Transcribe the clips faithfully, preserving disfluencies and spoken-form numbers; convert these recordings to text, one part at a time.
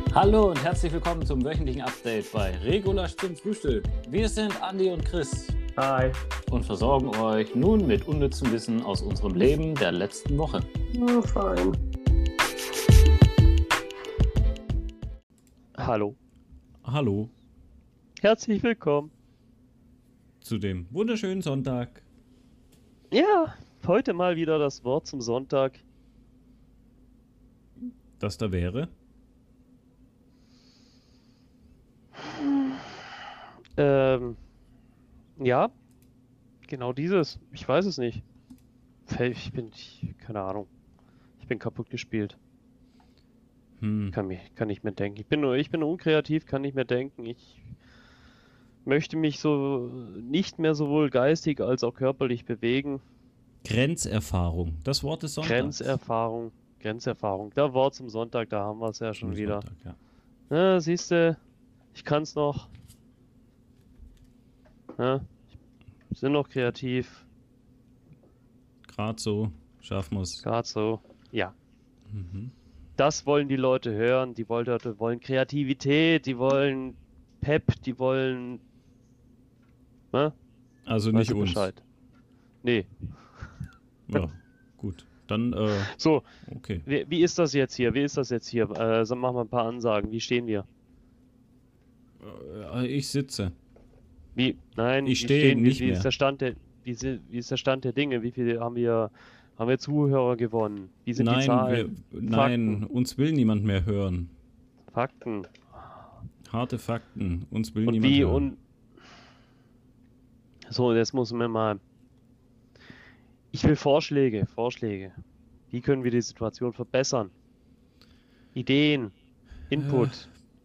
Hallo und herzlich willkommen zum wöchentlichen Update bei Regulasch zum Frühstück. Wir sind Andi und Chris. Hi. Und versorgen euch nun mit unnützem Wissen aus unserem Leben der letzten Woche. Ja, fein. Hallo. Hallo. Herzlich willkommen. Zu dem wunderschönen Sonntag. Ja, heute mal wieder das Wort zum Sonntag. Das da wäre? Ähm, ja, genau dieses. Ich weiß es nicht. Ich bin, ich, keine Ahnung. Ich bin kaputt gespielt. Hm. Kann, mich, kann nicht mehr denken. Ich bin nur, ich bin unkreativ, kann nicht mehr denken. Ich möchte mich so nicht mehr sowohl geistig als auch körperlich bewegen. Grenzerfahrung. Das Wort ist Sonntag. Grenzerfahrung. Grenzerfahrung. Da Wort zum Sonntag, da haben wir es ja schon Zum wieder. Sonntag, ja. Na, siehst du, ich kann's noch. Ja, ich bin noch kreativ. Gerade so. Schaffen wir es. Gerade so. Ja. Mhm. Das wollen die Leute hören. Die wollen, die wollen Kreativität, die wollen Pep, die wollen. Ne? Also Weißt nicht du uns. Bescheid? Nee. Ja, gut. Dann, äh, So, okay. wie, wie ist das jetzt hier? Wie ist das jetzt hier? Äh, so, machen wir ein paar Ansagen. Wie stehen wir? Äh, Ich sitze. Wie? Nein, Ich wie stehe stehen, nicht wie, wie mehr. ist der Stand der, wie, si- wie ist der Stand der Dinge? Wie viele haben wir, haben wir Zuhörer gewonnen? Wie sind die Nein, Zahlen? wir, nein, Fakten. uns will niemand mehr hören. Fakten. Harte Fakten. Uns will Und niemand wie hören. und so, jetzt muss man mal. Ich will Vorschläge, Vorschläge. Wie können wir die Situation verbessern? Ideen, Input.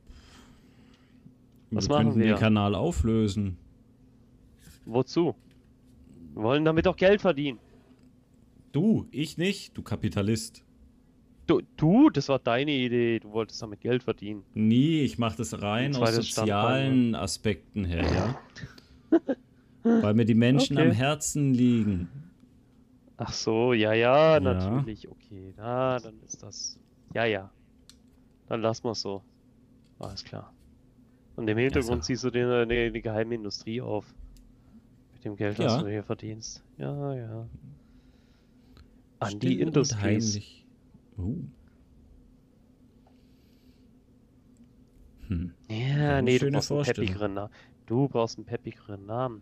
Was wir machen könnten wir? den Kanal auflösen. Wozu? Wir wollen damit auch Geld verdienen. Du, ich nicht, du Kapitalist. Du, du, das war deine Idee. Du wolltest damit Geld verdienen. Nie, ich mache das rein Ein aus zweites sozialen Aspekten her, ja. Weil mir die Menschen Okay. am Herzen liegen. Ach so, ja, ja, Ja. natürlich. Okay, na, dann ist das. Ja, ja. Dann lassen wir es so. Alles klar. Und im Hintergrund so. siehst du dir eine, eine geheime Industrie auf. Mit dem Geld, was Ja. du hier verdienst. Ja, ja. An Still die und Industries. heimlich. Oh. Hm. Ja, Eine nee, du schöne brauchst einen Vorstellung. peppigeren Namen. Du brauchst einen peppigeren Namen.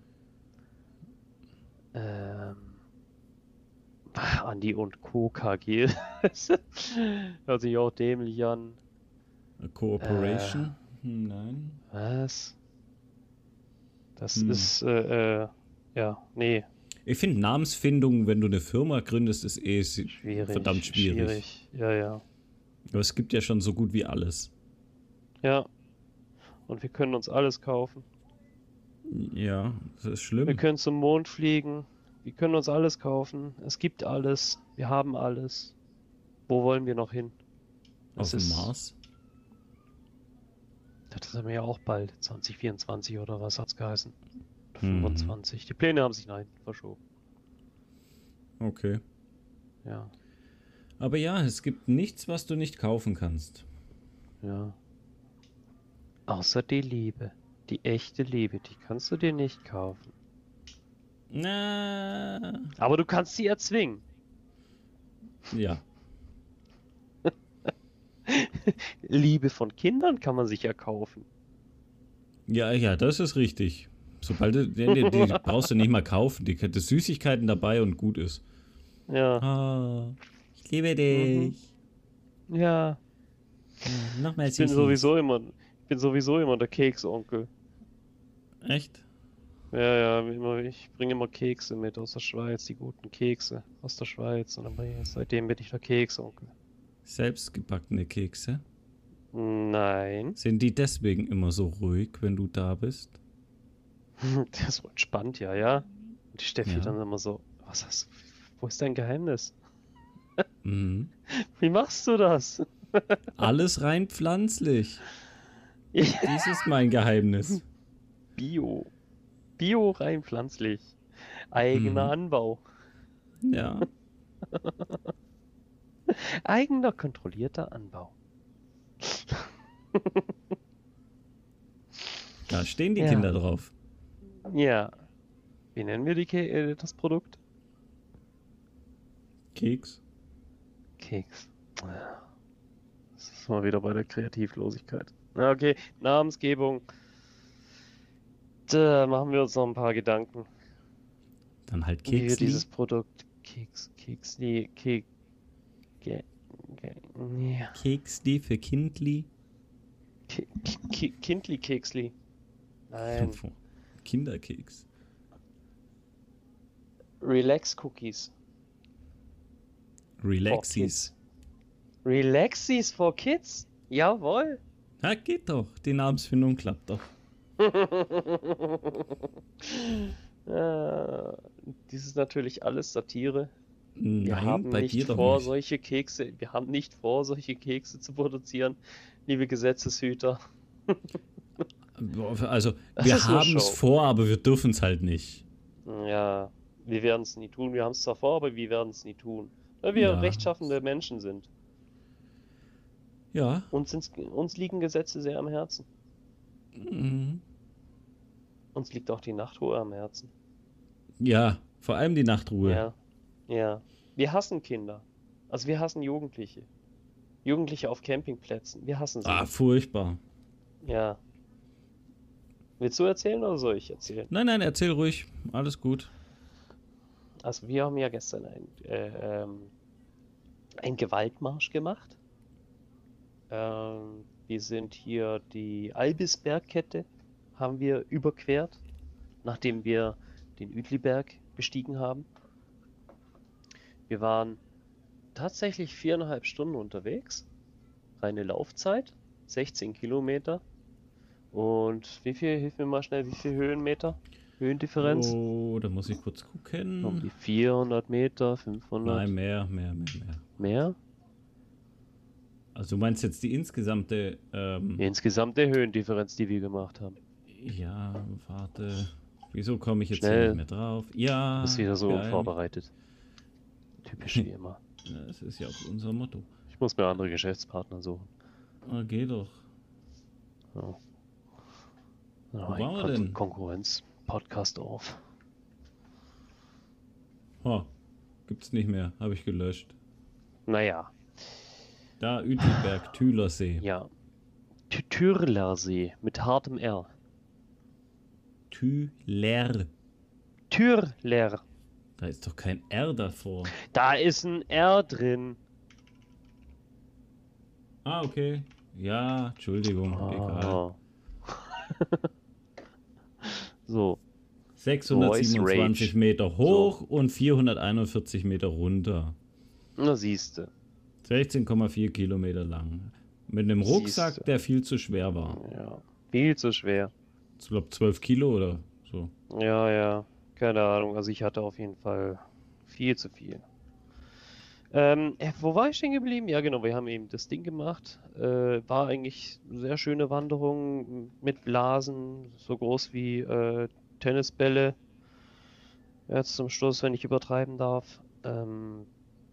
Ähm. ah, Andi und Co. K G. Hört sich auch dämlich an. A Cooperation? Hm, Nein. Was? Das Hm. ist, äh, äh, ja, nee, Ich finde Namensfindung, wenn du eine Firma gründest, ist eh si- schwierig. verdammt schwierig. Schwierig, ja, ja. Aber es gibt ja schon so gut wie alles. Ja. Und wir können uns alles kaufen. Ja, das ist Wir schlimm. können zum Mond fliegen. Wir können uns alles kaufen. Es gibt alles. Wir haben alles. Wo wollen wir noch hin? Auf Es dem ist- Mars? Das haben wir ja auch bald. zwanzig vierundzwanzig oder was hat's geheißen? Oder Mhm. fünfundzwanzig. Die Pläne haben sich nein verschoben. Okay. Ja, Aber ja, es gibt nichts, was du nicht kaufen kannst. ja. Außer die Liebe. Die echte Liebe. Die kannst du dir nicht kaufen. Na, Aber du kannst sie erzwingen. ja. Liebe von Kindern kann man sich ja kaufen. Ja, ja, das ist richtig. Sobald du, die, die, die brauchst du nicht mal kaufen. Die hat Süßigkeiten dabei und gut ist. Ja, Oh, ich liebe dich. ja. Ja, Nochmal Ich bin Süßis. sowieso immer, ich bin sowieso immer der Keksonkel. Echt? Ja, ja, immer, ich bringe immer Kekse mit aus der Schweiz, die guten Kekse aus der Schweiz. Und dann bin ich, seitdem bin ich der Keksonkel. Selbstgebackene Kekse. Nein, Sind die deswegen immer so ruhig, wenn du da bist? das ist so entspannt, ja, ja. Und die Steffi Ja. dann immer so, was hast du, wo ist dein Geheimnis? Mhm. Wie machst du das? Alles rein pflanzlich. Dies ist mein Geheimnis. Bio. Bio rein pflanzlich. Eigener Mhm. Anbau. Ja. Eigener kontrollierter Anbau. Da stehen die Ja. Kinder drauf. Ja. Wie nennen wir die Ke äh, das Produkt? Keks. Keks. Ja. Das ist mal wieder bei der Kreativlosigkeit. Na, okay, Namensgebung. Da machen wir uns noch ein paar Gedanken, Dann halt wie wir Keksli. dieses Produkt Keks, Keksli, Kek, Ge, Ge, ja. Keksli für Kindli. Ki- Ki- Kindli Keksli. Nein, Kinderkeks. Relax Cookies. Relaxis. Relaxis for Kids? Jawohl. Ja, geht doch. Die Namensfindung klappt doch. äh, dies ist natürlich alles Satire. Wir Nein, haben bei nicht dir doch vor, nicht. solche Kekse, wir haben nicht vor, solche Kekse zu produzieren, liebe Gesetzeshüter. Also, Das wir ist nur haben es Show. vor, aber wir dürfen es halt nicht. Ja, wir werden es nie tun. Wir haben es zwar vor, aber wir werden es nie tun. Weil wir Ja. rechtschaffende Menschen sind. Ja. Uns, sind's, uns liegen Gesetze sehr am Herzen. Mhm. Uns liegt auch die Nachtruhe am Herzen. Ja, vor allem die Nachtruhe. Ja, ja. Wir hassen Kinder. Also wir hassen Jugendliche. Jugendliche auf Campingplätzen. Wir hassen sie. Ah, furchtbar. Ja. Willst du erzählen oder soll ich erzählen? Nein, nein, erzähl ruhig. Alles gut. Also wir haben ja gestern ein, äh, ähm, einen Gewaltmarsch gemacht. Ähm, wir sind hier die Albisbergkette haben wir überquert, nachdem wir den Uetliberg bestiegen haben. Wir waren tatsächlich viereinhalb Stunden unterwegs. Reine Laufzeit, sechzehn Kilometer. Und wie viel, hilf mir mal schnell, wie viel Höhenmeter? Höhendifferenz? Oh, da muss ich kurz Um gucken. die vierhundert Meter, fünfhundert, Nein, mehr, mehr, mehr, mehr. mehr? Also du meinst jetzt die insgesamte, ähm, Die insgesamte Höhendifferenz, die wir gemacht haben. ja, warte. Wieso komme ich jetzt Schnell. hier nicht mehr drauf? Ja, Bist wieder so geil. unvorbereitet. Typisch wie immer. Ja, das ist ja auch unser Motto. Ich muss mir andere Geschäftspartner suchen. Ah, geh doch. Ja. Wo Ja, waren wir Kon denn? Konkurrenz-Podcast auf. Ha, gibt's nicht mehr. Habe ich gelöscht. Naja, Da, Uetliberg, Thülersee. ja. Thü- Türlersee mit hartem R. Thüler. Türler. Da ist doch kein R davor. Da ist ein R drin. Ah, okay. Ja, Entschuldigung, egal. Ah. So, sechshundertsiebenundzwanzig Voice Rage. Meter hoch und vierhunderteinundvierzig Meter runter. na siehste. sechzehn Komma vier Kilometer lang. Mit einem Rucksack, Siehste. der viel zu schwer war. Ja, viel zu schwer. Ich glaube zwölf Kilo oder so. Ja, ja, keine Ahnung. Also ich hatte auf jeden Fall viel zu viel. Ähm, äh, wo war ich stehen geblieben? Ja, genau, wir haben eben das Ding gemacht. Äh, war eigentlich eine sehr schöne Wanderung mit Blasen, so groß wie äh, Tennisbälle. Jetzt zum Schluss, wenn ich übertreiben darf. Ähm,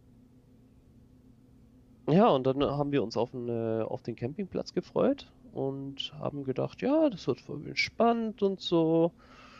ja, und dann haben wir uns auf den, äh, auf den Campingplatz gefreut und haben gedacht, ja, das wird voll entspannt und so.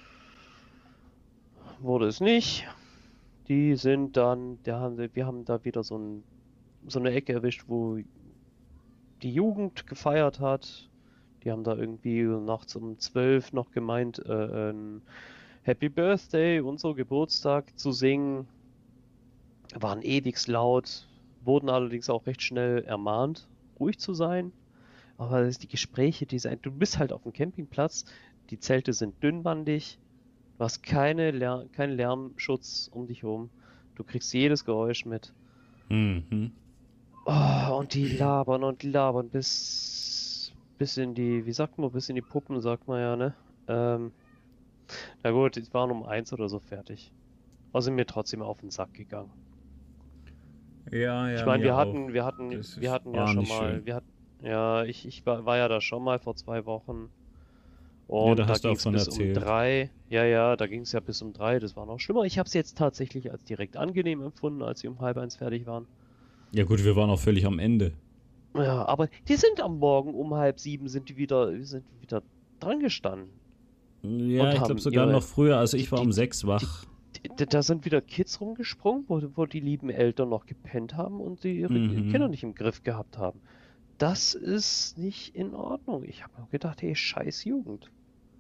Wurde es nicht. Die sind dann, da haben wir, wir haben da wieder so, ein, so eine Ecke erwischt, wo die Jugend gefeiert hat. Die haben da irgendwie nachts um zwölf noch gemeint, äh, ein Happy Birthday und so Geburtstag zu singen. Waren ewig laut, wurden allerdings auch recht schnell ermahnt, ruhig zu sein. Aber das ist die Gespräche, die sein, du bist halt auf dem Campingplatz, die Zelte sind dünnwandig. Du hast keine Lär keinen Lärmschutz um dich herum. Du kriegst jedes Geräusch mit. Mhm. Oh, und die labern und labern bis, bis in die, wie sagt man, bis in die Puppen, sagt man ja, ne? Ähm, na gut, die waren um eins oder so fertig. Aber sind mir trotzdem auf den Sack gegangen. Ja, ja. Ich meine, mir wir auch. hatten, wir hatten, Das wir ist- hatten war ja schon nicht mal, schön. wir hatten, ja, ich, ich war, war ja da schon mal vor zwei Wochen. Ja, Und da da hast du auch ging es von bis erzählt. um drei. Ja, ja, da ging es ja bis um drei. Das war noch schlimmer. Ich habe es jetzt tatsächlich als direkt angenehm empfunden, als sie um halb eins fertig waren. Ja gut, wir waren auch völlig am Ende. Ja, aber die sind am Morgen um halb sieben sind die wieder, sind wieder dran gestanden Ja, und ich glaube haben sogar noch ihre, früher. Also die, ich war die, um sechs die, wach. die, da sind wieder Kids rumgesprungen, wo, wo die lieben Eltern noch gepennt haben und sie ihre Kinder Mhm. nicht im Griff gehabt haben. Das ist nicht in Ordnung. Ich habe mir gedacht, hey, scheiß Jugend.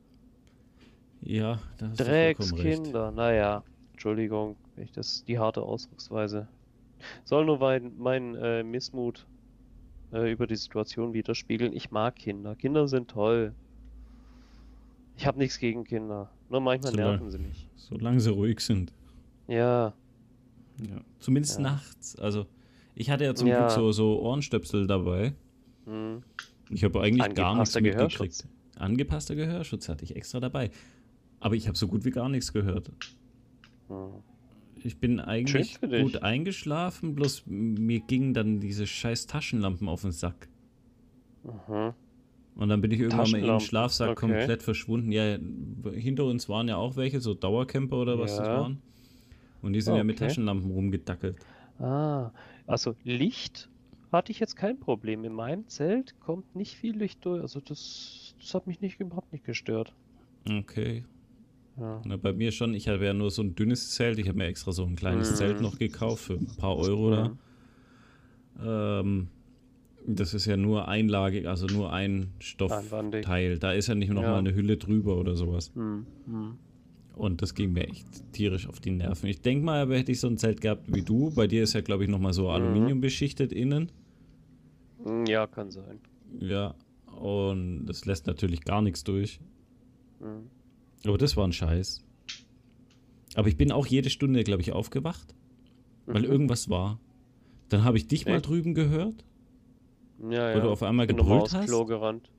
Ja, da hast du vollkommen recht. Dreckskinder. Naja, Entschuldigung, wenn ich das die harte Ausdrucksweise. Soll nur mein, mein äh, Missmut äh, über die Situation widerspiegeln. Ich mag Kinder. Kinder sind toll. Ich habe nichts gegen Kinder. Nur manchmal Solange, nerven sie mich. solange sie ruhig sind. Ja, Ja. Zumindest ja, nachts. Also ich hatte ja zum Glück ja. so, so Ohrenstöpsel dabei. Hm. Ich habe eigentlich gar nichts Angepasster mitgekriegt. Gehörschutz. Angepasster Gehörschutz hatte ich extra dabei. Aber ich habe so gut wie gar nichts gehört. Hm. Ich bin Schön eigentlich für gut dich. eingeschlafen, bloß mir gingen dann diese scheiß Taschenlampen auf den Sack. Mhm. Und dann bin ich irgendwann mal in den Taschenlampen. Schlafsack Okay. komplett verschwunden. Ja, hinter uns waren ja auch welche, so Dauercamper oder was das Ja. waren. Und die sind ja mit Okay. Taschenlampen rumgedackelt. Ah, also Licht hatte ich jetzt kein Problem. In meinem Zelt kommt nicht viel Licht durch. Also das, das hat mich nicht überhaupt nicht gestört. Okay. Ja. Na, bei mir schon. Ich habe ja nur so ein dünnes Zelt. Ich habe mir extra so ein kleines Zelt Mhm. noch gekauft für ein paar Euro da. Mhm. Ähm, das ist ja nur einlagig, also nur ein Einwandig. Stoffteil. Da ist ja nicht nochmal Ja. eine Hülle drüber oder sowas. Mhm. Mhm. Und das ging mir echt tierisch auf die Nerven. Ich denke mal, aber hätte ich so ein Zelt gehabt wie du. Bei dir ist ja, glaube ich, nochmal so Mhm. Aluminium beschichtet innen. Mm, ja, kann sein. Ja. Und das lässt natürlich gar nichts durch. Mhm. Aber das war ein Scheiß. Aber ich bin auch jede Stunde, glaube ich, aufgewacht, weil Mhm. irgendwas war. Dann habe ich dich mal Echt? drüben gehört, Ja, weil du ja. auf einmal Ich bin nochmal gebrüllt aufs Klo hast. gerannt.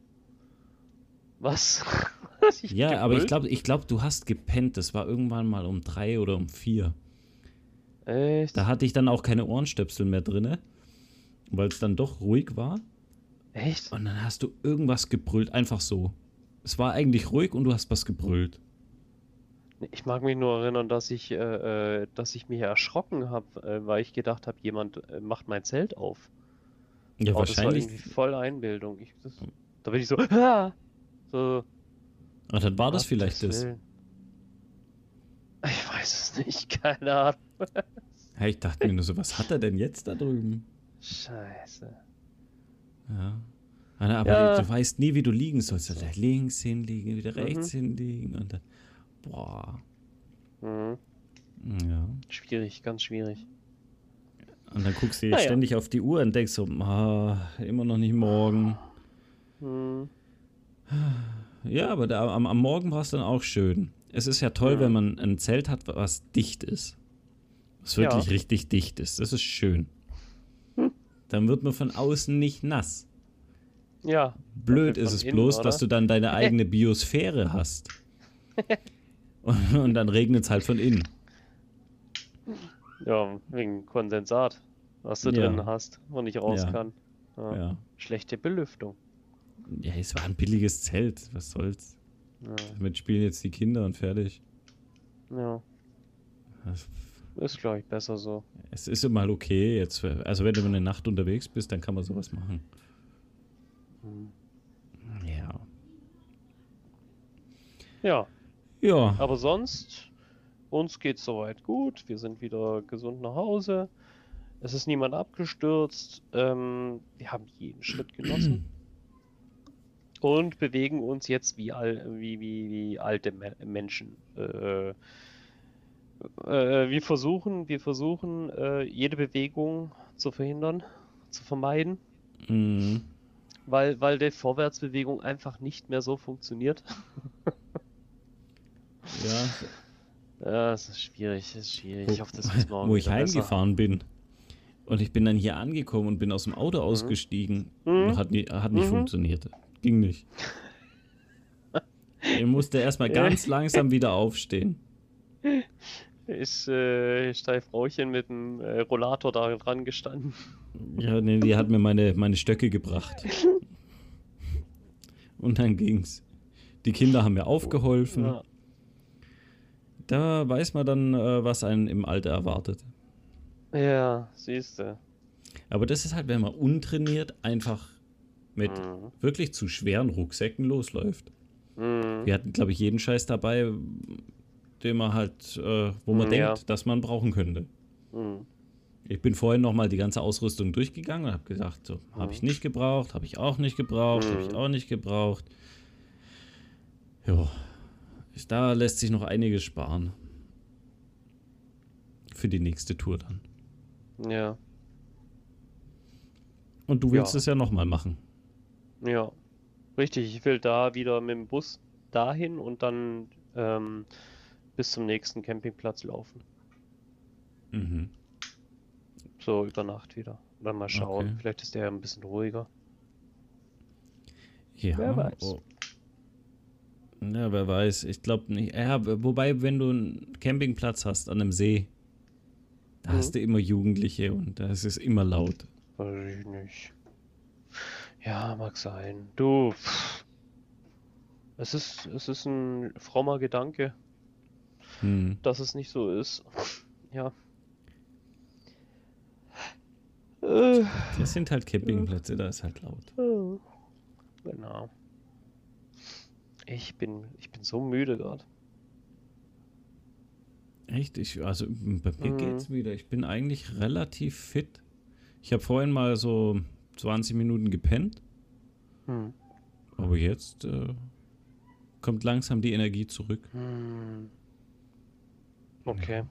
Was? Hast ich Ja, aber ich gebrüllt? glaube, ich glaub, du hast gepennt. Das war irgendwann mal um drei oder um vier. Da Echt? hatte ich dann auch keine Ohrenstöpsel mehr drinne, weil es dann doch ruhig war. Echt? Und dann hast du irgendwas gebrüllt, einfach so. Es war eigentlich ruhig und du hast was gebrüllt. Ich mag mich nur erinnern, dass ich, äh, äh, dass ich mich erschrocken habe, äh, weil ich gedacht habe, jemand äh, macht mein Zelt auf. Ja, Aber das war wahrscheinlich. irgendwie voll Einbildung. Ich, das, da bin ich so, ah! So, Ah, dann war das vielleicht Gottes das. Willen. Ich weiß es nicht, keine Ahnung. Ja, ich dachte mir nur so, was hat er denn jetzt da drüben? Scheiße. Ja. Ah, aber Ja. du weißt nie, wie du liegen sollst. Da links hinliegen, wieder rechts Mhm. hinliegen und dann. Boah. Mhm. Ja. Schwierig, ganz schwierig. Und dann guckst du dir Naja. ständig auf die Uhr und denkst so, ah, immer noch nicht morgen. Mhm. Ja, aber da, am, am Morgen war es dann auch schön. Es ist ja toll, Mhm. wenn man ein Zelt hat, was dicht ist. Was wirklich Ja. richtig dicht ist. Das ist schön. Hm. Dann wird man von außen nicht nass. Ja. Blöd Dafür ist von es innen, bloß, oder? dass du dann deine eigene Biosphäre hast. Und, und dann regnet es halt von innen. Ja, wegen Kondensat, was du Ja. drin hast und nicht raus Ja. kann. Ja. Ja. Schlechte Belüftung. Ja, es war ein billiges Zelt. Was soll's? Ja. Damit spielen jetzt die Kinder und fertig. Ja. Das- Ist, glaube ich, besser so. Es ist immer okay jetzt. Also wenn du eine Nacht unterwegs bist, dann kann man sowas machen. Hm. Ja. Ja, Ja. aber sonst, uns geht's soweit gut. Wir sind wieder gesund nach Hause. Es ist niemand abgestürzt. Ähm, wir haben jeden Schritt genossen. Und bewegen uns jetzt wie, al wie, wie, wie alte Me Menschen. Äh, äh, wir versuchen, wir versuchen äh, jede Bewegung zu verhindern, zu vermeiden, Mhm. weil, weil die Vorwärtsbewegung einfach nicht mehr so funktioniert. Ja. Ja, es ist schwierig, es ist schwierig. Ich hoffe, das ist morgen Wo ich wieder besser. heimgefahren bin. Und ich bin dann hier angekommen und bin aus dem Auto ausgestiegen. Mhm. Hat, nie, hat nicht Mhm. funktioniert. Ging nicht. Ich musste erstmal Ja. ganz langsam wieder aufstehen. Ist, äh, ist dein Frauchen mit dem äh, Rollator da dran gestanden? Ja, nee, die hat mir meine, meine Stöcke gebracht. Und dann ging's. Die Kinder haben mir aufgeholfen. Ja. Da weiß man dann, äh, was einen im Alter erwartet. Ja, siehst du. Aber das ist halt, wenn man untrainiert einfach mit Mhm. wirklich zu schweren Rucksäcken losläuft. Mhm. Wir hatten, glaube ich, jeden Scheiß dabei, den man halt, äh, wo man Mm, ja. denkt, dass man brauchen könnte. Mhm. Ich bin vorhin nochmal die ganze Ausrüstung durchgegangen und habe gesagt, so, habe ich nicht gebraucht, habe ich auch nicht gebraucht, habe ich Mhm. auch nicht gebraucht. Ja, da lässt sich noch einiges sparen. Für die nächste Tour dann. Ja. Und du willst Ja. es ja nochmal machen. Ja. Richtig, ich will da wieder mit dem Bus dahin und dann ähm, bis zum nächsten Campingplatz laufen. Mhm. So über Nacht wieder. Dann mal schauen. Okay. Vielleicht ist der ja ein bisschen ruhiger. Ja. Wer weiß. Oh. Ja, wer weiß. Ich glaube nicht. Ja, wobei, wenn du einen Campingplatz hast an einem See, da Mhm. hast du immer Jugendliche und da ist es immer laut. Weiß ich nicht. Ja, mag sein. Du, pff, es ist, es ist ein frommer Gedanke, Hm. dass es nicht so ist. Ja. Äh, Das sind halt Campingplätze, da ist halt laut. äh, genau. Ich bin, ich bin so müde gerade. Echt? Ich, also bei mir Mhm. geht's wieder. Ich bin eigentlich relativ fit. Ich habe vorhin mal so zwanzig Minuten gepennt, Hm. aber jetzt äh, kommt langsam die Energie zurück. Hm. Okay.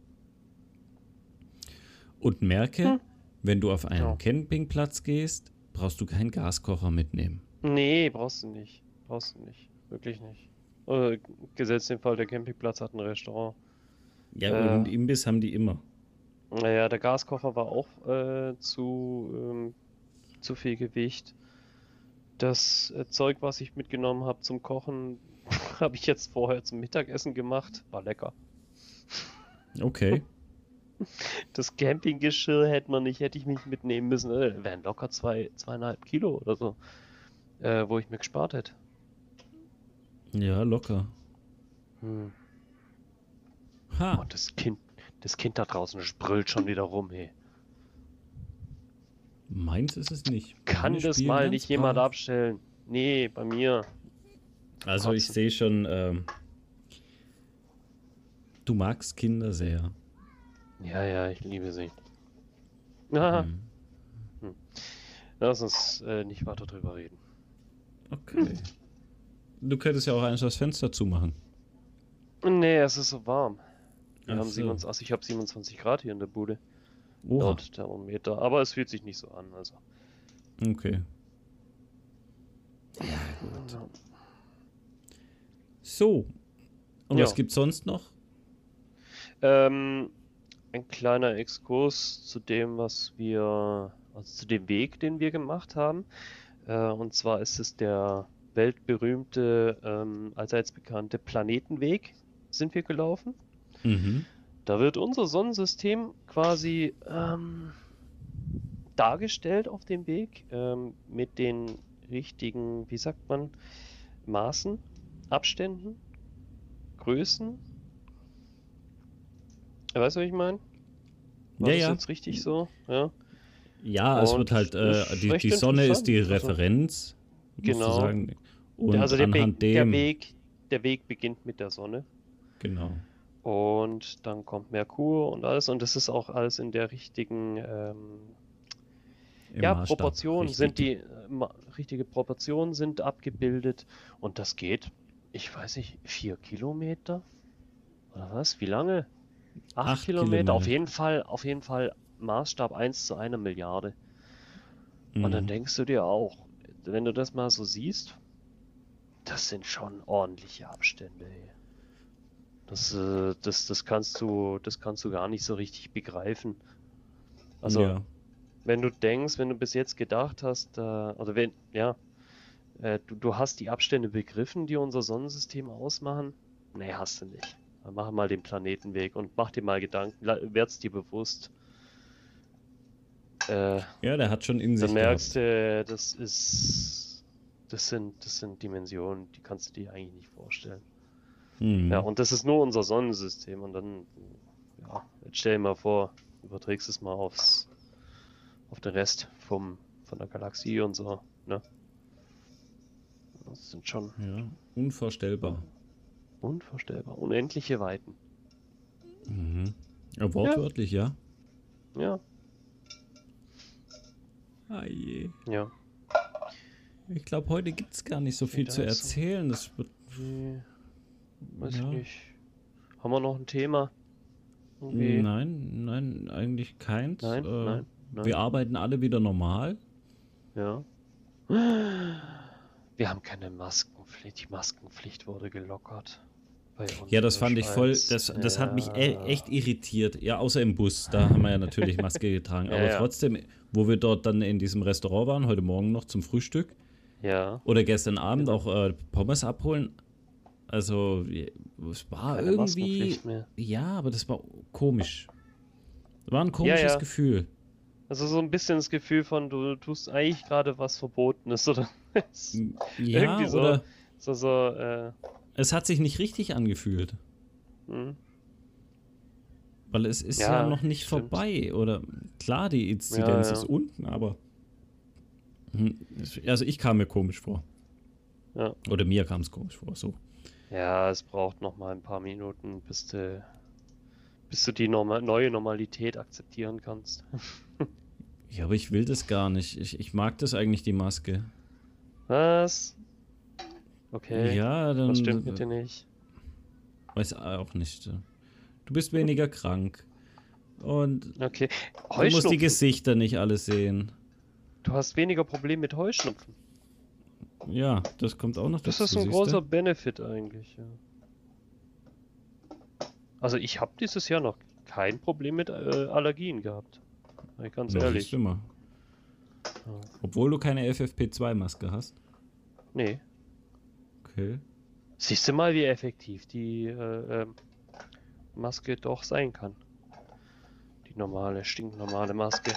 Und merke, Hm. wenn du auf einen Ja. Campingplatz gehst, brauchst du keinen Gaskocher mitnehmen. Nee, brauchst du nicht. Brauchst du nicht. Wirklich nicht. Oder gesetzt den Fall, der Campingplatz hat ein Restaurant. Ja, Äh. und Imbiss haben die immer. Naja, der Gaskocher war auch äh, zu, ähm, zu viel Gewicht. Das äh, Zeug, was ich mitgenommen habe zum Kochen, habe ich jetzt vorher zum Mittagessen gemacht. War lecker. Okay. Das Campinggeschirr hätte man nicht, hätte ich mich mitnehmen müssen. Äh, wären locker zwei, zweieinhalb Kilo oder so, äh, wo ich mir gespart hätte. Ja, locker. Hm. Ha. Oh, das Kind, das Kind da draußen brüllt schon wieder rum, ey. Meins ist es nicht. Kann Meine das spielen mal ganz nicht jemand brav. abstellen? Nee, bei mir. Also ich Kotzen. sehe schon, ähm, du magst Kinder sehr. Ja, ja, ich liebe sie. Ah, Hm. lass uns äh, nicht weiter drüber reden. Okay. Du könntest ja auch eins das Fenster zumachen. Nee, es ist so warm. Wir Ach haben so. siebenundzwanzig, also ich habe siebenundzwanzig Grad hier in der Bude. Oha. Laut Thermometer. Aber es fühlt sich nicht so an. Also. Okay. Ja, gut. So. Und Ja. was gibt's sonst noch? Ähm, ein kleiner Exkurs zu dem, was wir, also zu dem Weg, den wir gemacht haben. Äh, und zwar ist es der weltberühmte, ähm, allseits bekannte Planetenweg, sind wir gelaufen. Mhm. Da wird unser Sonnensystem quasi ähm, dargestellt auf dem Weg ähm, mit den richtigen, wie sagt man, Maßen, Abständen, Größen. Weißt du, was ich meine? War Ja, das ja. jetzt richtig so? Ja. Ja, es Und wird halt, das äh, ist die, recht die Sonne ist die interessant. Also, Referenz, musst genau. du sagen. Und also der, anhand Be der dem, Weg, der Weg beginnt mit der Sonne. genau. Und dann kommt Merkur und alles. Und das ist auch alles in der richtigen ähm, Im ja, Maßstab Proportionen richtig. sind die, äh, ma- richtige Proportionen sind abgebildet und das geht, ich weiß nicht, vier Kilometer? Oder was? Wie lange? Acht Acht Kilometer? Auf Kilometer. jeden Fall, auf jeden Fall Maßstab eins zu einer Milliarde. Und dann Mhm. denkst du dir auch, wenn du das mal so siehst, das sind schon ordentliche Abstände, ey. Das, äh, das, das kannst du, das kannst du gar nicht so richtig begreifen. Also, Ja. wenn du denkst, wenn du bis jetzt gedacht hast, äh, oder wenn, ja, äh, du, du hast die Abstände begriffen, die unser Sonnensystem ausmachen? Nee, hast du nicht. Dann mach mal den Planetenweg und mach dir mal Gedanken, la- werd's dir bewusst. Äh, Ja, der hat schon in sich dann merkst gehabt. du, das ist, das sind, das sind Dimensionen, die kannst du dir eigentlich nicht vorstellen. Mhm. Ja, und das ist nur unser Sonnensystem und dann, ja, jetzt stell dir mal vor, überträgst es mal aufs, auf den Rest vom, von der Galaxie und so, ne? Das sind schon Ja, unvorstellbar. unvorstellbar. Unendliche Weiten. Mhm. Ja, wortwörtlich, ja. Ja, Ah je. ja. Ich glaube, heute gibt es gar nicht so viel da zu ist so- erzählen. Das wird, Nee, weiß ja. ich nicht. Haben wir noch ein Thema? Irgendwie? Nein, nein, eigentlich keins. Nein, äh, nein, nein. Wir arbeiten alle wieder normal. Ja. Wir haben keine Maskenpflicht. Die Maskenpflicht wurde gelockert. Bei uns Ja, das in der fand ich voll, Schweiz. das, das hat mich e Ja. echt irritiert. Ja, außer im Bus, da haben wir ja natürlich Maske getragen. Ja, Aber ja. trotzdem, wo wir dort dann in diesem Restaurant waren, heute Morgen noch zum Frühstück Ja. oder gestern Abend Genau. auch äh, Pommes abholen. Also, es war Keine irgendwie, Maskenpflicht mehr. ja, aber das war komisch. War ein komisches ja. Gefühl. Also so ein bisschen das Gefühl von, du tust eigentlich gerade was Verbotenes, oder? Ja, Irgendwie so. oder So, so, äh, es hat sich nicht richtig angefühlt. hm. Weil es ist Ja, ja, noch nicht stimmt. vorbei. Oder klar, die Inzidenz Ja, ja. ist unten, aber hm, also ich kam mir komisch vor. Ja. Oder mir kam es komisch vor, so. Ja, es braucht noch mal ein paar Minuten, bis du, bis du die Norma neue Normalität akzeptieren kannst. Ja, aber ich will das gar nicht. Ich, ich mag das eigentlich, die Maske. Was? Okay. Ja, dann Was stimmt mit dir nicht? weiß auch nicht. Du bist weniger krank. Und Okay. du musst die Heuschnupfen. Gesichter nicht alle sehen. Du hast weniger Probleme mit Heuschnupfen. Ja, das kommt auch noch Das dazu. ist so ein siehste? großer Benefit eigentlich, ja. Also ich habe dieses Jahr noch kein Problem mit äh, Allergien gehabt. Sag ich ganz Ja, ehrlich. siehst du mal. Ja. Obwohl du keine F F P zwei Maske hast. Nee. Okay. Siehst du mal, wie effektiv die äh, ähm, Maske doch sein kann. Die normale, stinknormale Maske.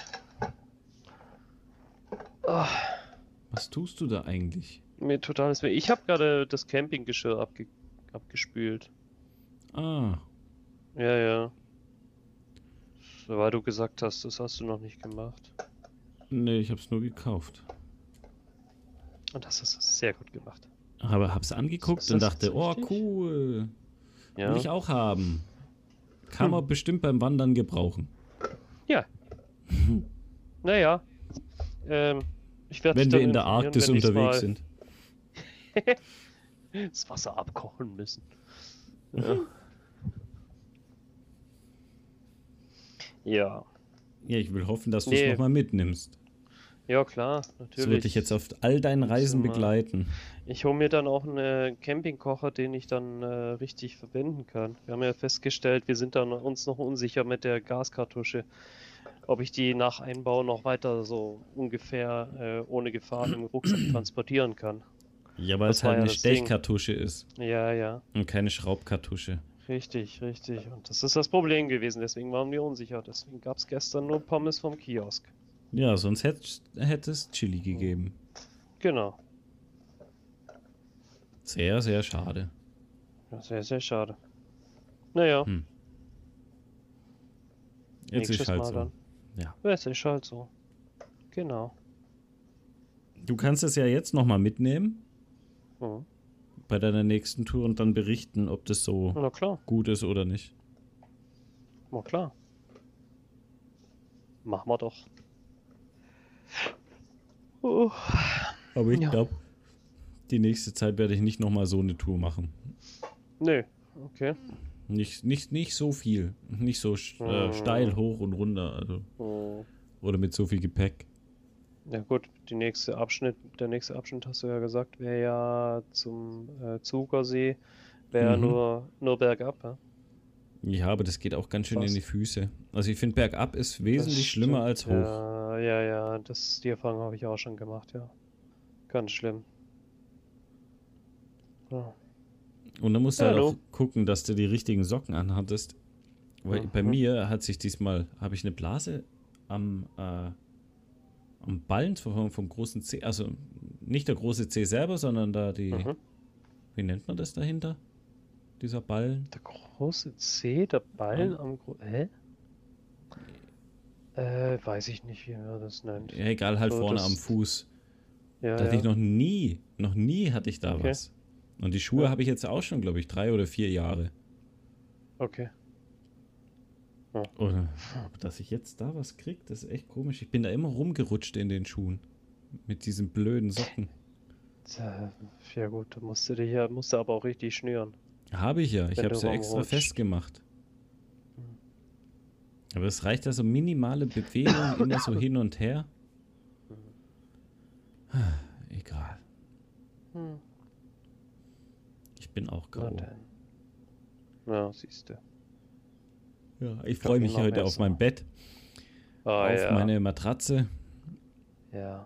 Ah, Was tust du da eigentlich? mir totales Weh. Ich habe gerade das Campinggeschirr abge abgespült. Ah, Ja, ja. So, weil du gesagt hast, das hast du noch nicht gemacht. nee, ich hab's nur gekauft. Und das hast du sehr gut gemacht. Aber hab's angeguckt Ist und das dachte, jetzt oh richtig? cool, Ja. will ich auch haben. Kann Hm. man bestimmt beim Wandern gebrauchen. Ja. Naja. Ähm, ich werde Wenn dich wir dann in der informieren, Arktis wenn ich's unterwegs mal sind. das Wasser abkochen müssen. Ja. Ja. Ja, ich will hoffen, dass du es Nee. nochmal mitnimmst. Ja, klar, Das natürlich. wird dich jetzt auf all deinen Reisen mal- begleiten. Ich hole mir dann auch einen Campingkocher, den ich dann äh, richtig verwenden kann. Wir haben ja festgestellt, wir sind dann uns noch unsicher mit der Gaskartusche, ob ich die nach Einbau noch weiter so ungefähr äh, ohne Gefahr im Rucksack transportieren kann. Ja, weil Das es war halt ja eine das Ding. Stechkartusche ist Ja, ja, und keine Schraubkartusche. richtig, richtig. Und das ist das Problem gewesen, deswegen waren wir unsicher. Deswegen gab es gestern nur Pommes vom Kiosk. Ja, sonst hätt- hätte es Chili gegeben. Genau. Sehr, sehr schade. Ja, sehr, sehr schade. Naja, Hm. Jetzt nächstes ist halt Mal so. dann. Ja. Ja, es ist halt so. Genau. Du kannst es ja jetzt nochmal mitnehmen Mhm. bei deiner nächsten Tour und dann berichten, ob das so Na klar, gut ist oder nicht. na klar. Machen wir doch. Oh. Aber ich Ja. glaube, die nächste Zeit werde ich nicht nochmal so eine Tour machen. Nö, okay. Nicht, nicht, nicht so viel. Nicht so sch- äh, Mhm. steil hoch und runter. Also, Mhm. oder mit so viel Gepäck. Ja gut, die nächste Abschnitt, der nächste Abschnitt hast du ja gesagt, wäre ja zum äh, Zugersee, wäre Mhm. nur, nur bergab, ja? Ja, aber das geht auch ganz schön in Fast. die Füße. Also ich finde, bergab ist wesentlich Das schlimmer stimmt, als hoch. Ja, ja, ja, das, die Erfahrung habe ich auch schon gemacht, ja. Ganz schlimm. Ja. Und dann musst du Ja, halt auch du. gucken, dass du die richtigen Socken anhattest. Weil Mhm. bei mir hat sich diesmal, habe ich eine Blase am, äh, am Ballen vom, vom großen C, also nicht der große C selber, sondern da die, Mhm. wie nennt man das dahinter? Dieser Ballen? Der große C, der Ballen Ja. am Gro Hä? Äh, weiß ich nicht, wie man das nennt. Ja, egal, halt So, vorne am das, Fuß. ja, Da hatte ich ja, noch nie, noch nie hatte ich da okay, was. Und die Schuhe ja, habe ich jetzt auch schon, glaube ich, drei oder vier Jahre. okay. Ja. Oder, aber dass ich jetzt da was krieg, das ist echt komisch. Ich bin da immer rumgerutscht in den Schuhen. Mit diesen blöden Socken. Tja, ja gut, da musst du dich ja, musst du aber auch richtig schnüren, Habe ich ja. Ich wenn habe du es ja extra rumrutscht. festgemacht. Hm. Aber es reicht ja so minimale Bewegung, immer so hin und her. Egal. Hm. Ich bin auch Na K O. dann. Ja, siehst du. Ja, ich Kann freue mir mich noch heute mehr auf mein sagen. Bett, Ah auf ja, meine Matratze ja.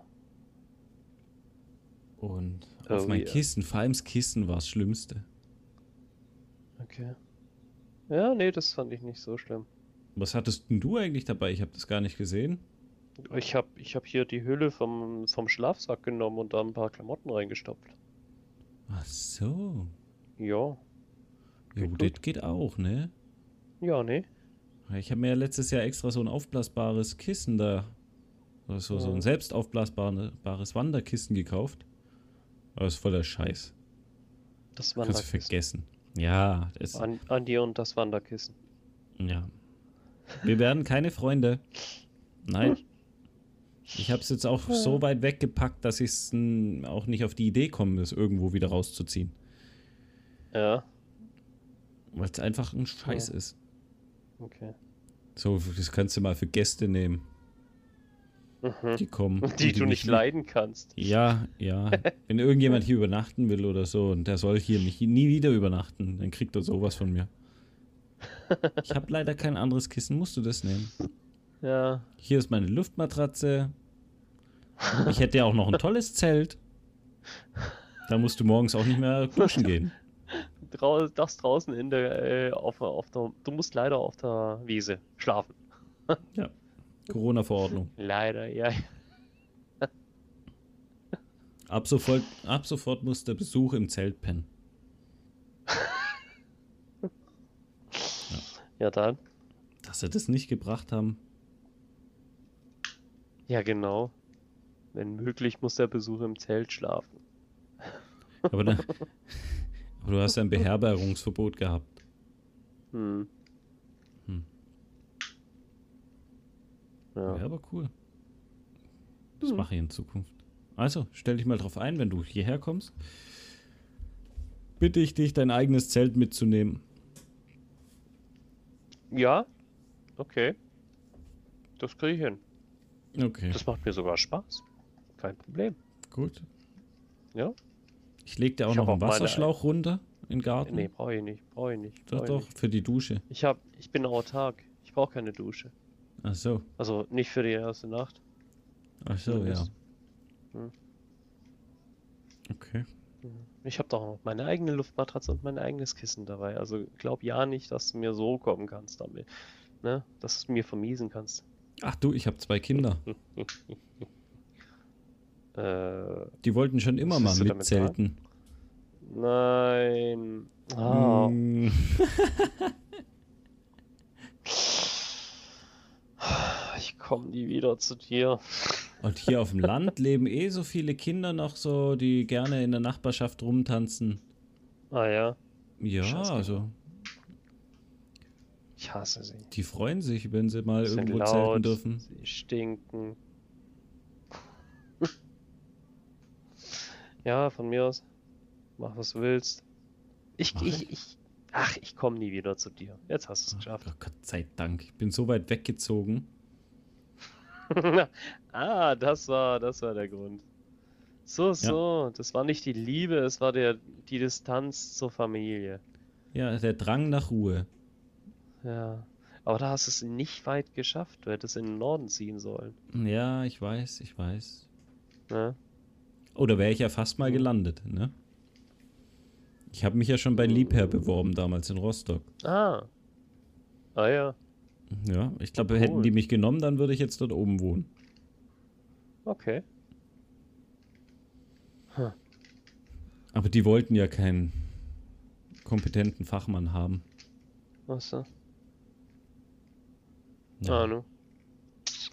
und auf Oh mein ja. Kissen. Vor allem das Kissen war das Schlimmste. Okay. Ja, nee, das fand ich nicht so schlimm. Was hattest denn du eigentlich dabei? Ich habe das gar nicht gesehen. Ich hab, ich hab hier die Hülle vom, vom Schlafsack genommen und da ein paar Klamotten reingestopft. Ach so. Ja, Ja, geht gut, gut. das geht auch, ne? Ja, nee. Ich habe mir ja letztes Jahr extra so ein aufblasbares Kissen da, also so ein Ja. selbst aufblasbares Wanderkissen gekauft. Aber das ist voller Scheiß. Das Kannst du Wanderkissen. vergessen. Ja, das, An, an dir und das Wanderkissen. ja. Wir werden keine Freunde. Nein. Ich habe es jetzt auch so weit weggepackt, dass ich es auch nicht auf die Idee komme, das irgendwo wieder rauszuziehen. Ja, Weil es einfach ein Scheiß Ja. ist. okay. So, das kannst du mal für Gäste nehmen. Mhm. Die kommen. Die und du nicht li- leiden kannst. Ja, ja. Wenn irgendjemand hier übernachten will oder so und der soll hier nicht, nie wieder übernachten, dann kriegt er sowas von mir. Ich habe leider kein anderes Kissen, musst du das nehmen? Ja. Hier ist meine Luftmatratze. Ich hätte ja auch noch ein tolles Zelt. Da musst du morgens auch nicht mehr duschen gehen. Drau das draußen in der, äh, auf, auf der, du musst leider auf der Wiese schlafen. Ja. Corona-Verordnung. Leider, ja. Ab sofort, ab sofort muss der Besuch im Zelt pennen. Ja, dann. Dass sie das nicht gebracht haben. Ja, genau. Wenn möglich, muss der Besuch im Zelt schlafen. Aber, da, aber du hast ja ein Beherbergungsverbot gehabt. Hm. Hm. Ja. Ja, aber cool. Das Hm. mache ich in Zukunft. Also, stell dich mal drauf ein, wenn du hierher kommst. Bitte ich dich, dein eigenes Zelt mitzunehmen. Ja, okay. Das kriege ich hin. Okay, Das macht mir sogar Spaß. Kein Problem. gut. Ja? Ich leg dir auch Ich noch hab einen auch meine- Wasserschlauch runter in den Garten. Nee, brauche ich nicht. Brauche ich nicht. doch, Brauch ich doch, nicht. für die Dusche. Ich hab, ich bin autark. Ich brauche keine Dusche. Ach so, Also nicht für die erste Nacht. ach so, ja. Zumindest. Hm. Okay. Ich habe doch noch meine eigene Luftmatratze und mein eigenes Kissen dabei. Also glaub ja nicht, dass du mir so kommen kannst damit. Ne? Dass du es mir vermiesen kannst. Ach du, ich habe zwei Kinder. Äh, Die wollten schon immer Was mal willst du damit mitzelten. nein. Ah. Mm. Ich komme nie wieder zu dir. Und hier auf dem Land leben eh so viele Kinder noch so, die gerne in der Nachbarschaft rumtanzen. Ah ja, Ja, Scheiß also ich hasse sie. die freuen sich, wenn sie mal Sie sind irgendwo zelten laut, dürfen. sie stinken. Ja, von mir aus. Mach was du willst. Ich, Mach ich, ich? ich. Ach, ich komme nie wieder zu dir. Jetzt hast du es geschafft. Oh, Gott sei Dank, ich bin so weit weggezogen. Ah, das war, das war der Grund. So, so, das war nicht die Liebe, es war der, die Distanz zur Familie. Ja, der Drang nach Ruhe. Ja. Aber da hast du es nicht weit geschafft. Du hättest in den Norden ziehen sollen. Ja, ich weiß, ich weiß. Ne? Oh, da wäre ich ja fast mal Mhm. gelandet, ne? Ich habe mich ja schon bei Liebherr beworben damals in Rostock. Ah. Ah ja. Ja, ich glaube, Cool. hätten die mich genommen, dann würde ich jetzt dort oben wohnen. Okay. Hm. Aber die wollten ja keinen kompetenten Fachmann haben. Was so? Ja. Ah, nu.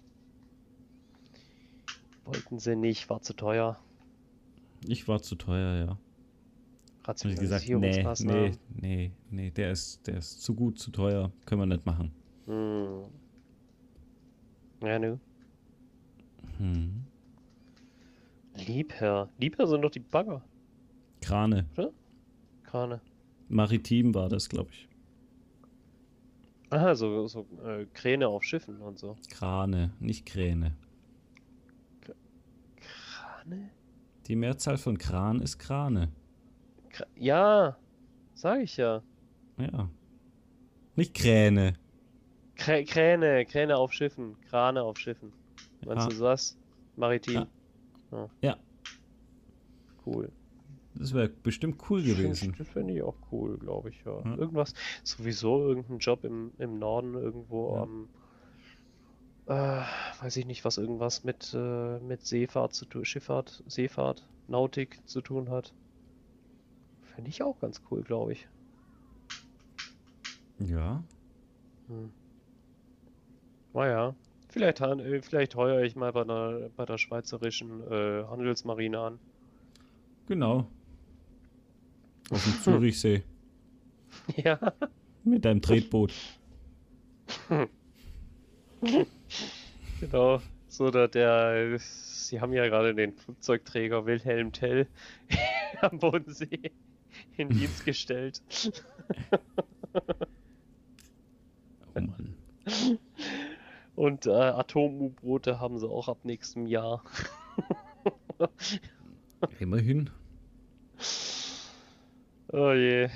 Wollten sie nicht, war zu teuer. Ich war zu teuer, ja. Hab ich gesagt, nee, nee, Rationalisierungsmaßnahmen. nee, nee, der ist, der ist zu gut, zu teuer, können wir nicht machen. Hm. Ja, ne. Hm. Liebherr. Liebherr sind doch die Bagger, Krane. oder? Krane. Maritim war das, glaube ich. Aha, so, so äh, Kräne auf Schiffen und so. Krane, nicht Kräne. Krane? Die Mehrzahl von Kran ist Krane. Kra ja, sag ich ja. Ja. Nicht Kräne. Krä Kräne, Kräne auf Schiffen, Krane auf Schiffen. Meinst Ja. du das? Maritim. Ja. Ja. Ja. Cool. Das wäre bestimmt cool gewesen. Das finde ich auch cool, glaube ich, ja. Ja. Irgendwas, sowieso irgendein Job im, im Norden irgendwo Ja. am, äh, weiß ich nicht, was irgendwas mit, äh, mit Seefahrt zu tun, Schifffahrt, Seefahrt, Nautik zu tun hat. Finde ich auch ganz cool, glaube ich. Ja. Hm. Naja, vielleicht, han- äh, vielleicht heuere ich mal bei der, bei der schweizerischen äh, Handelsmarine an. Genau. Auf dem Zürichsee. Ja, Mit deinem Tretboot. genau. So, der, der, Sie haben ja gerade den Flugzeugträger Wilhelm Tell am Bodensee in Dienst gestellt. Oh Mann. Und äh, Atom-U-Boote haben sie auch ab nächstem Jahr. Immerhin. Oh je.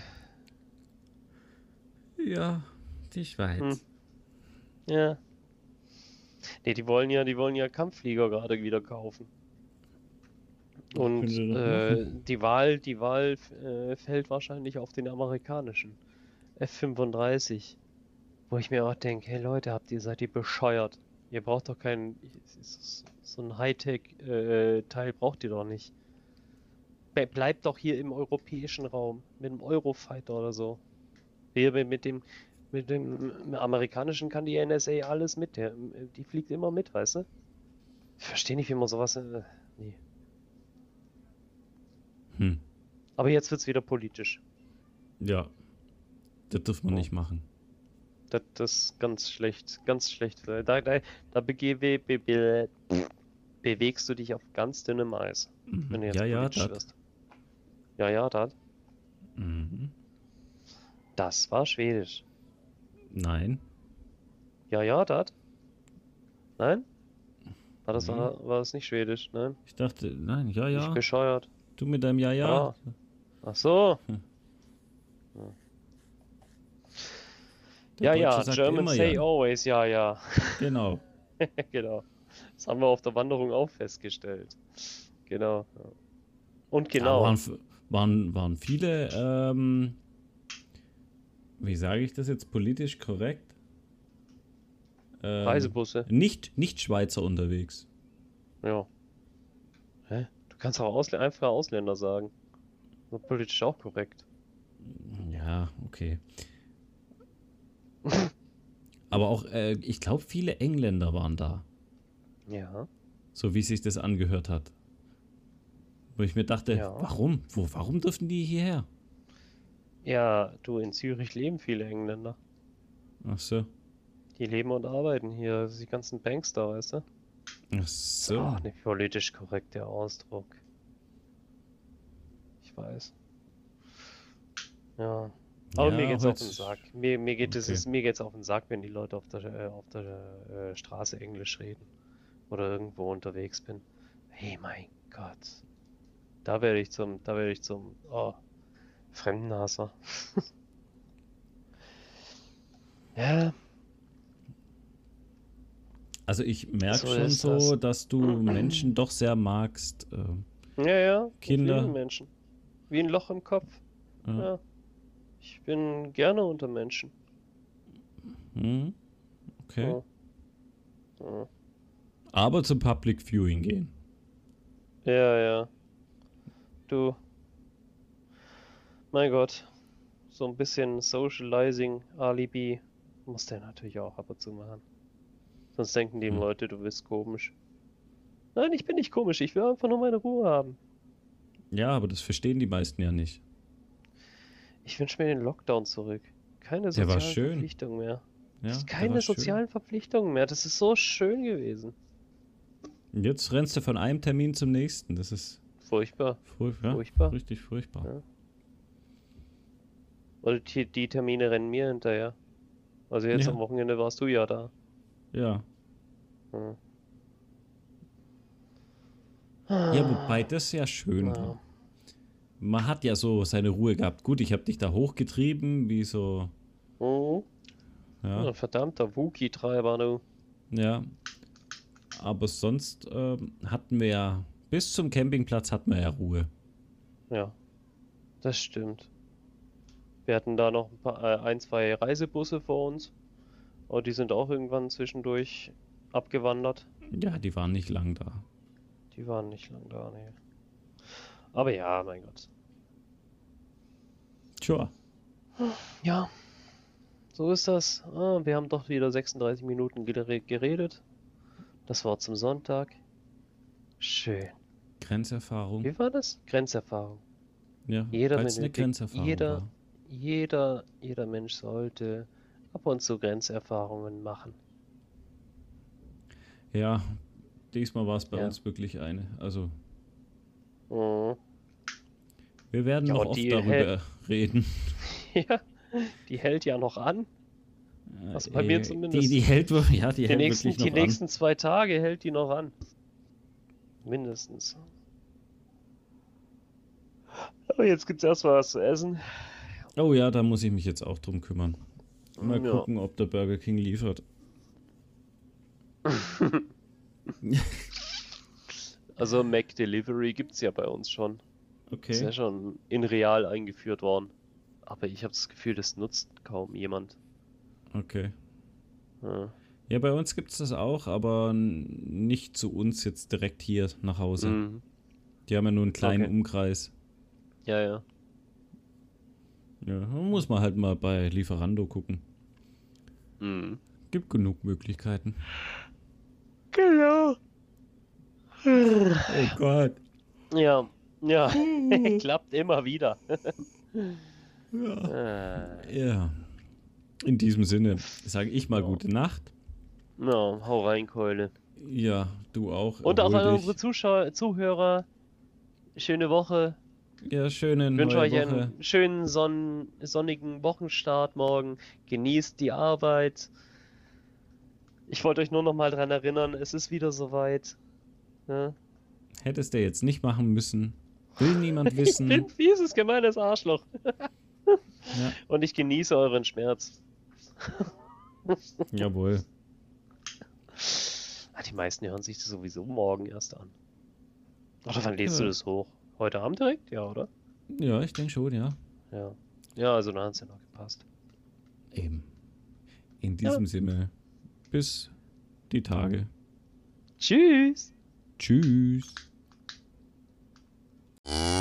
Ja, die Schweiz. Hm. Ja. Nee, die wollen ja, die wollen ja Kampfflieger gerade wieder kaufen. Und können sie doch äh, machen. die Wahl, die Wahl äh, fällt wahrscheinlich auf den amerikanischen F fünfunddreißig. Wo ich mir auch denke, hey Leute, habt ihr, seid ihr bescheuert? Ihr braucht doch keinen, so ein Hightech-Teil braucht ihr doch nicht. Be- Bleibt doch hier im europäischen Raum, mit dem Eurofighter oder so. Hier mit, mit dem, mit dem amerikanischen kann die N S A alles mit, der, die fliegt immer mit, weißt du? Ich verstehe nicht, wie man sowas, äh, nee. Hm. Aber jetzt wird's wieder politisch. Ja. Das dürfen wir Oh. nicht machen. Das, das ist ganz schlecht, ganz schlecht. Da, da, da be, be, be, be, bewegst du dich auf ganz dünnem Eis, wenn Mhm. du jetzt Ja, ja, politisch das. wirst. Ja, ja, das. Mhm. Das war Schwedisch. Nein. Ja, ja, das. Nein? War das, Nee. war, war das nicht Schwedisch? Nein? Ich dachte, nein, ja, Nicht ja. bescheuert. Du mit deinem Ja, ja. Ah. Ach so. Hm. Ja, Der ja, Deutsche ja, sagt German immer say ja. always, ja, ja. Genau. Genau. Das haben wir auf der Wanderung auch festgestellt. Genau. Ja. Und Da genau. waren, f- waren, waren viele, ähm, wie sage ich das jetzt politisch korrekt? Ähm, Reisebusse. Nicht, nicht Schweizer unterwegs. Ja. Hä? Du kannst auch Ausl einfach Ausländer sagen. So politisch auch korrekt. Ja, okay. Aber auch, äh, ich glaube, viele Engländer waren da. Ja. So wie sich das angehört hat. Wo ich mir dachte, Ja. warum? Wo, warum dürfen die hierher? Ja, du, in Zürich leben viele Engländer. Ach so. Die leben und arbeiten hier. Die ganzen Banks da, weißt du? Ach Ist so. auch nicht politisch korrekt, der Ausdruck. Ich weiß. Ja. Aber Ja, mir geht's auf heute- den Sack. Mir, mir geht es, Okay. ist- mir geht's auf den Sack, wenn die Leute auf der, äh, auf der äh, Straße Englisch reden. Oder irgendwo unterwegs bin. Hey, mein Gott. Da werde ich zum, da werde ich zum, oh, Fremdenhasser. Ja, Also ich merke So schon ist so, das. dass du Menschen doch sehr magst. ähm, ja, ja. Kinder. Viele Menschen. Wie ein Loch im Kopf. ja. Ja. Ich bin gerne unter Menschen. Hm, okay. Ja. Ja. Aber zum Public Viewing gehen. Ja, ja. Du. Mein Gott. So ein bisschen Socializing, Alibi muss der natürlich auch ab und zu machen. Sonst denken die Hm. Leute, du bist komisch. Nein, ich bin nicht komisch. Ich will einfach nur meine Ruhe haben. Ja, aber das verstehen die meisten ja nicht. Ich wünsche mir den Lockdown zurück. Keine Der war sozialen schön. Verpflichtungen mehr. Ja, der Keine war schön. sozialen Verpflichtungen mehr. Das ist so schön gewesen. Und jetzt rennst du von einem Termin zum nächsten. Das ist Furchtbar. furch ja, Furchtbar. richtig furchtbar. Ja. Oder die, die Termine rennen mir hinterher. Also jetzt Ja. am Wochenende warst du ja da. Ja. Hm. Ja, wobei das ja schön Ja. war. Man hat ja so seine Ruhe gehabt. Gut, ich habe dich da hochgetrieben, wie so. Mhm. Ja, Ja, verdammter Wookie-Treiber, du. ja. Aber sonst ähm, hatten wir ja, bis zum Campingplatz hatten wir ja Ruhe. Ja, das stimmt. Wir hatten da noch ein, paar, äh, ein, zwei Reisebusse vor uns. Aber die sind auch irgendwann zwischendurch abgewandert. Ja, die waren nicht lang da. Die waren nicht lang da, nee. Aber ja, mein Gott. Tja. Ja, so ist das. Ah, wir haben doch wieder sechsunddreißig Minuten gere- geredet. Das war zum Sonntag. Schön. Grenzerfahrung. Wie war das? Grenzerfahrung. Ja, Jeder weil es eine benötigt- Grenzerfahrung jeder- war. Jeder, jeder Mensch sollte ab und zu Grenzerfahrungen machen. Ja, diesmal war es bei Ja. uns wirklich eine. Also, Mhm. wir werden Ja, noch und oft die darüber hält- reden. Ja, die hält ja noch an. Also bei mir Äh, zumindest. Die, die hält, wohl- ja, die Die hält nächsten, wirklich die noch an. nächsten zwei Tage hält die noch an. Mindestens. Aber jetzt gibt's erstmal was zu essen. Oh ja, da muss ich mich jetzt auch drum kümmern. Mal Ja. gucken, ob der Burger King liefert. Also Mac Delivery gibt's ja bei uns schon. Ist ja Okay. schon in real eingeführt worden. Aber ich habe das Gefühl, das nutzt kaum jemand. Okay. Ja. Ja, bei uns gibt es das auch, aber n- nicht zu uns jetzt direkt hier nach Hause. Mhm. Die haben ja nur einen kleinen Okay. Umkreis. Ja, ja. Ja, da muss man halt mal bei Lieferando gucken. Mhm. Gibt genug Möglichkeiten. Genau. Oh Gott. Ja, ja. Klappt immer wieder. Ja. Äh, Ja. In diesem Sinne sage ich mal Ja. gute Nacht. ja, hau rein, Keule. Ja, du auch. Und auch Erhol an dich. unsere Zuschauer, Zuhörer, schöne Woche. Ja, schöne Ich wünsche neue euch Woche. einen schönen sonn sonnigen Wochenstart morgen. Genießt die Arbeit. Ich wollte euch nur noch mal dran erinnern, es ist wieder soweit. Ja? Hättest du jetzt nicht machen müssen. Will niemand Ich wissen. bin ein fieses, gemeines Arschloch. Ja, Und ich genieße euren Schmerz. jawohl. Ah, die meisten hören sich das sowieso morgen erst an. Oder wann lädst Ja. du das hoch? Heute Abend direkt? Ja, oder? Ja, ich denke schon, ja. Ja. Ja, also dann hat es ja noch gepasst. Eben. In diesem Sinne, bis die Tage. Tschüss! Tschüss.